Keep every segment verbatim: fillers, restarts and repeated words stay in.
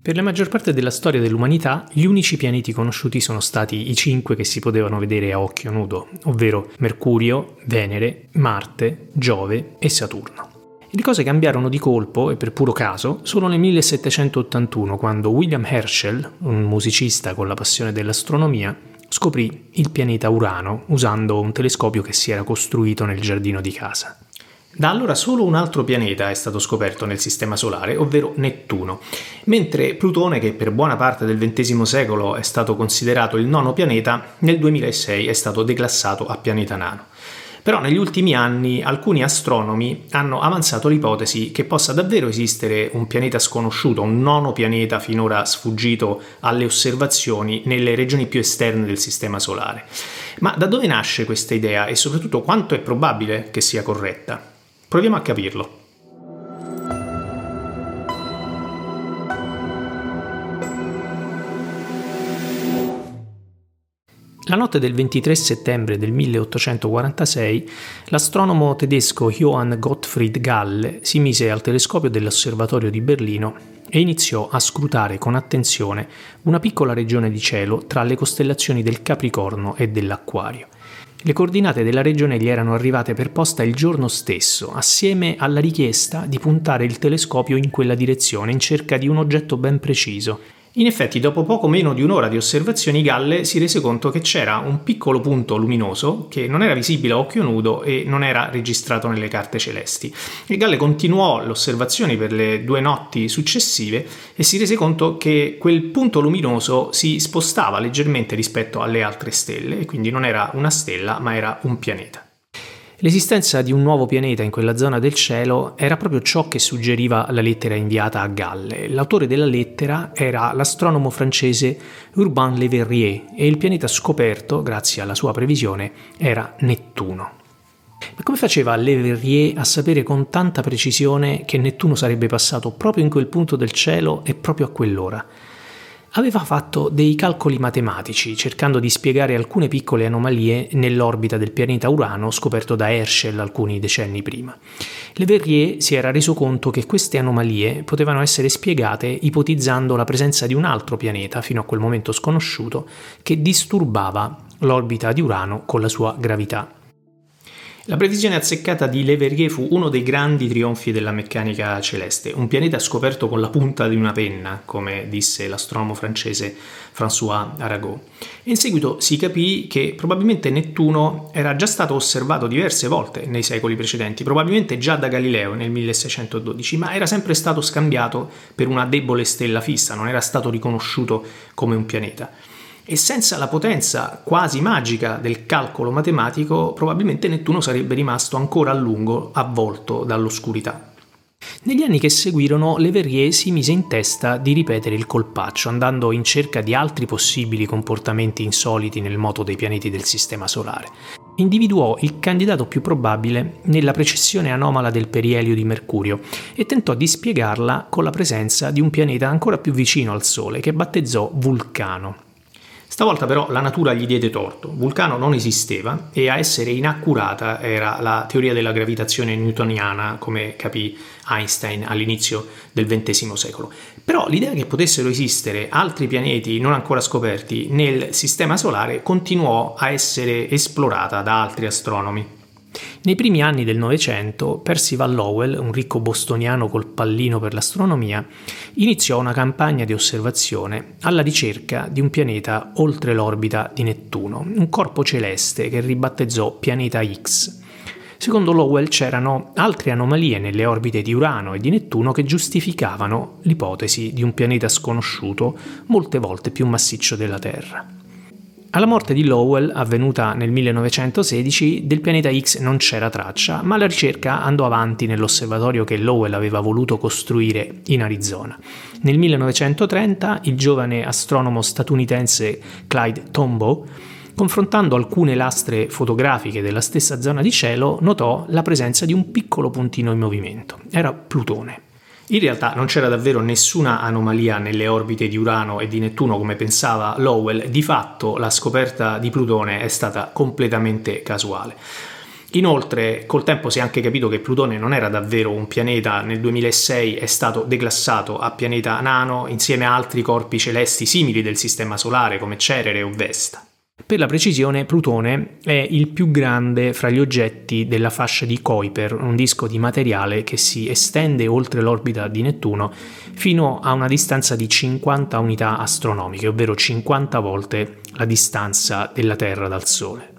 Per la maggior parte della storia dell'umanità, gli unici pianeti conosciuti sono stati i cinque che si potevano vedere a occhio nudo, ovvero Mercurio, Venere, Marte, Giove e Saturno. E le cose cambiarono di colpo, e per puro caso, solo nel millesettecentottantuno, quando William Herschel, un musicista con la passione dell'astronomia, scoprì il pianeta Urano usando un telescopio che si era costruito nel giardino di casa. Da allora solo un altro pianeta è stato scoperto nel Sistema Solare, ovvero Nettuno, mentre Plutone, che per buona parte del ventesimo secolo è stato considerato il nono pianeta, nel duemilasei è stato declassato a pianeta nano. Però negli ultimi anni alcuni astronomi hanno avanzato l'ipotesi che possa davvero esistere un pianeta sconosciuto, un nono pianeta finora sfuggito alle osservazioni nelle regioni più esterne del Sistema Solare. Ma da dove nasce questa idea e soprattutto quanto è probabile che sia corretta? Proviamo a capirlo. La notte del ventitré settembre del milleottocentoquarantasei, l'astronomo tedesco Johann Gottfried Galle si mise al telescopio dell'osservatorio di Berlino e iniziò a scrutare con attenzione una piccola regione di cielo tra le costellazioni del Capricorno e dell'Acquario. Le coordinate della regione gli erano arrivate per posta il giorno stesso, assieme alla richiesta di puntare il telescopio in quella direzione in cerca di un oggetto ben preciso. In effetti, dopo poco meno di un'ora di osservazioni, Galle si rese conto che c'era un piccolo punto luminoso che non era visibile a occhio nudo e non era registrato nelle carte celesti. E Galle continuò le osservazioni per le due notti successive e si rese conto che quel punto luminoso si spostava leggermente rispetto alle altre stelle, e quindi non era una stella, ma era un pianeta. L'esistenza di un nuovo pianeta in quella zona del cielo era proprio ciò che suggeriva la lettera inviata a Galle. L'autore della lettera era l'astronomo francese Urbain Le Verrier e il pianeta scoperto, grazie alla sua previsione, era Nettuno. Ma come faceva Le Verrier a sapere con tanta precisione che Nettuno sarebbe passato proprio in quel punto del cielo e proprio a quell'ora? Aveva fatto dei calcoli matematici cercando di spiegare alcune piccole anomalie nell'orbita del pianeta Urano scoperto da Herschel alcuni decenni prima. Le Verrier si era reso conto che queste anomalie potevano essere spiegate ipotizzando la presenza di un altro pianeta, fino a quel momento sconosciuto, che disturbava l'orbita di Urano con la sua gravità. La previsione azzeccata di Le Verrier fu uno dei grandi trionfi della meccanica celeste, un pianeta scoperto con la punta di una penna, come disse l'astronomo francese François Arago. E in seguito si capì che probabilmente Nettuno era già stato osservato diverse volte nei secoli precedenti, probabilmente già da Galileo nel milleseicentododici, ma era sempre stato scambiato per una debole stella fissa, non era stato riconosciuto come un pianeta. E senza la potenza quasi magica del calcolo matematico, probabilmente Nettuno sarebbe rimasto ancora a lungo avvolto dall'oscurità. Negli anni che seguirono, Le Verrier si mise in testa di ripetere il colpaccio, andando in cerca di altri possibili comportamenti insoliti nel moto dei pianeti del Sistema Solare. Individuò il candidato più probabile nella precessione anomala del perielio di Mercurio e tentò di spiegarla con la presenza di un pianeta ancora più vicino al Sole, che battezzò Vulcano. Stavolta però la natura gli diede torto. Vulcano non esisteva e a essere inaccurata era la teoria della gravitazione newtoniana, come capì Einstein all'inizio del ventesimo secolo. Però l'idea che potessero esistere altri pianeti non ancora scoperti nel Sistema Solare continuò a essere esplorata da altri astronomi. Nei primi anni del Novecento, Percival Lowell, un ricco bostoniano col pallino per l'astronomia, iniziò una campagna di osservazione alla ricerca di un pianeta oltre l'orbita di Nettuno, un corpo celeste che ribattezzò pianeta X. Secondo Lowell c'erano altre anomalie nelle orbite di Urano e di Nettuno che giustificavano l'ipotesi di un pianeta sconosciuto molte volte più massiccio della Terra. Alla morte di Lowell, avvenuta nel millenovecentosedici, del pianeta X non c'era traccia, ma la ricerca andò avanti nell'osservatorio che Lowell aveva voluto costruire in Arizona. Nel millenovecentotrenta il giovane astronomo statunitense Clyde Tombaugh, confrontando alcune lastre fotografiche della stessa zona di cielo, notò la presenza di un piccolo puntino in movimento. Era Plutone. In realtà non c'era davvero nessuna anomalia nelle orbite di Urano e di Nettuno come pensava Lowell, di fatto la scoperta di Plutone è stata completamente casuale. Inoltre, col tempo si è anche capito che Plutone non era davvero un pianeta. Nel duemilasei è stato declassato a pianeta nano insieme a altri corpi celesti simili del Sistema Solare come Cerere o Vesta. Per la precisione, Plutone è il più grande fra gli oggetti della fascia di Kuiper, un disco di materiale che si estende oltre l'orbita di Nettuno fino a una distanza di cinquanta unità astronomiche, ovvero cinquanta volte la distanza della Terra dal Sole.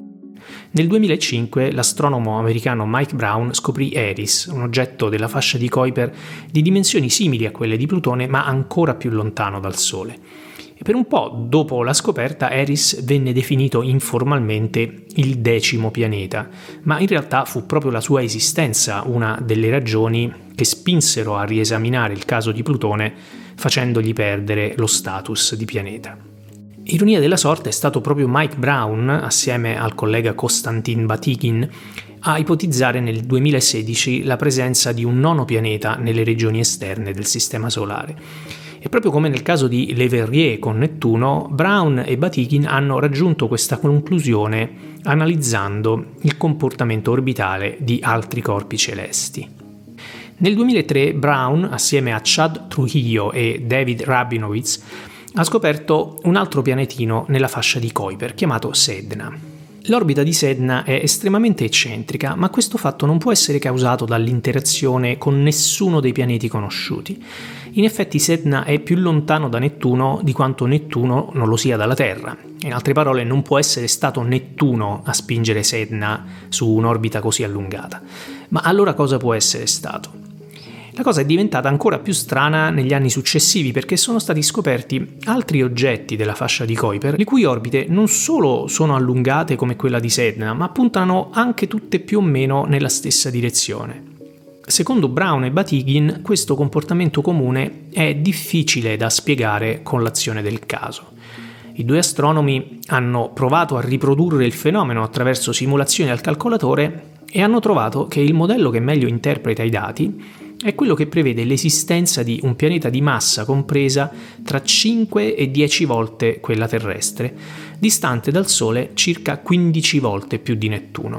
Nel duemilacinque l'astronomo americano Mike Brown scoprì Eris, un oggetto della fascia di Kuiper di dimensioni simili a quelle di Plutone ma ancora più lontano dal Sole. E per un po' dopo la scoperta Eris venne definito informalmente il decimo pianeta, ma in realtà fu proprio la sua esistenza una delle ragioni che spinsero a riesaminare il caso di Plutone facendogli perdere lo status di pianeta. Ironia della sorte è stato proprio Mike Brown, assieme al collega Konstantin Batygin, a ipotizzare nel duemilasedici la presenza di un nono pianeta nelle regioni esterne del Sistema Solare. E proprio come nel caso di Le Verrier con Nettuno, Brown e Batygin hanno raggiunto questa conclusione analizzando il comportamento orbitale di altri corpi celesti. Nel duemilatré Brown, assieme a Chad Trujillo e David Rabinowitz, ha scoperto un altro pianetino nella fascia di Kuiper, chiamato Sedna. L'orbita di Sedna è estremamente eccentrica, ma questo fatto non può essere causato dall'interazione con nessuno dei pianeti conosciuti. In effetti Sedna è più lontano da Nettuno di quanto Nettuno non lo sia dalla Terra. In altre parole, non può essere stato Nettuno a spingere Sedna su un'orbita così allungata. Ma allora cosa può essere stato? La cosa è diventata ancora più strana negli anni successivi perché sono stati scoperti altri oggetti della fascia di Kuiper le cui orbite non solo sono allungate come quella di Sedna, ma puntano anche tutte più o meno nella stessa direzione. Secondo Brown e Batygin, questo comportamento comune è difficile da spiegare con l'azione del caso. I due astronomi hanno provato a riprodurre il fenomeno attraverso simulazioni al calcolatore e hanno trovato che il modello che meglio interpreta i dati è quello che prevede l'esistenza di un pianeta di massa compresa tra cinque e dieci volte quella terrestre, distante dal Sole circa quindici volte più di Nettuno.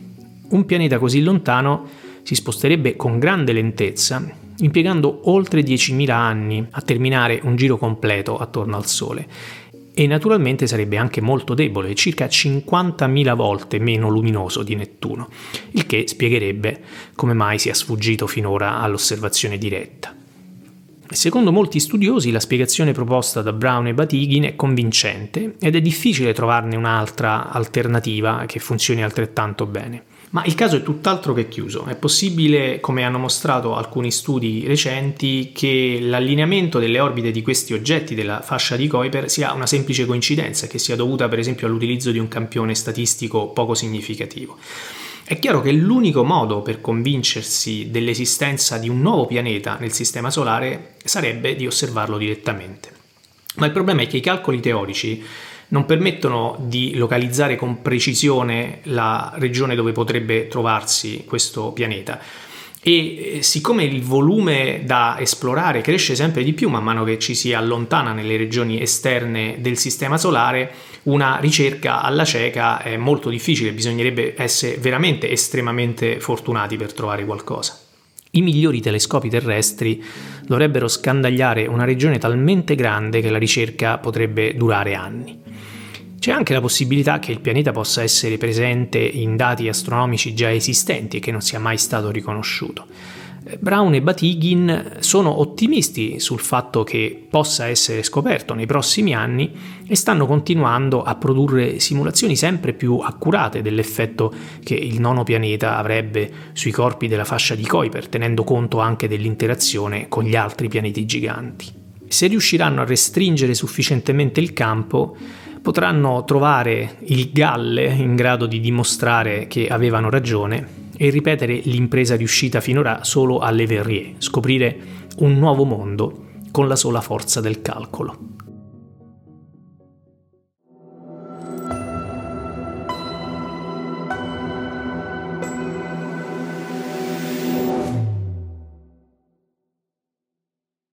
Un pianeta così lontano si sposterebbe con grande lentezza, impiegando oltre diecimila anni a terminare un giro completo attorno al Sole. E naturalmente sarebbe anche molto debole, circa cinquantamila volte meno luminoso di Nettuno, il che spiegherebbe come mai sia sfuggito finora all'osservazione diretta. Secondo molti studiosi la spiegazione proposta da Brown e Batygin è convincente ed è difficile trovarne un'altra alternativa che funzioni altrettanto bene. Ma il caso è tutt'altro che chiuso. È possibile, come hanno mostrato alcuni studi recenti, che l'allineamento delle orbite di questi oggetti della fascia di Kuiper sia una semplice coincidenza, che sia dovuta per esempio all'utilizzo di un campione statistico poco significativo. È chiaro che l'unico modo per convincersi dell'esistenza di un nuovo pianeta nel Sistema Solare sarebbe di osservarlo direttamente. Ma il problema è che i calcoli teorici non permettono di localizzare con precisione la regione dove potrebbe trovarsi questo pianeta e siccome il volume da esplorare cresce sempre di più man mano che ci si allontana nelle regioni esterne del Sistema Solare, una ricerca alla cieca è molto difficile, bisognerebbe essere veramente estremamente fortunati per trovare qualcosa. I migliori telescopi terrestri dovrebbero scandagliare una regione talmente grande che la ricerca potrebbe durare anni. C'è anche la possibilità che il pianeta possa essere presente in dati astronomici già esistenti e che non sia mai stato riconosciuto. Brown e Batygin sono ottimisti sul fatto che possa essere scoperto nei prossimi anni e stanno continuando a produrre simulazioni sempre più accurate dell'effetto che il nono pianeta avrebbe sui corpi della fascia di Kuiper, tenendo conto anche dell'interazione con gli altri pianeti giganti. Se riusciranno a restringere sufficientemente il campo, potranno trovare il Galle in grado di dimostrare che avevano ragione e ripetere l'impresa riuscita finora solo a Le Verrier, scoprire un nuovo mondo con la sola forza del calcolo.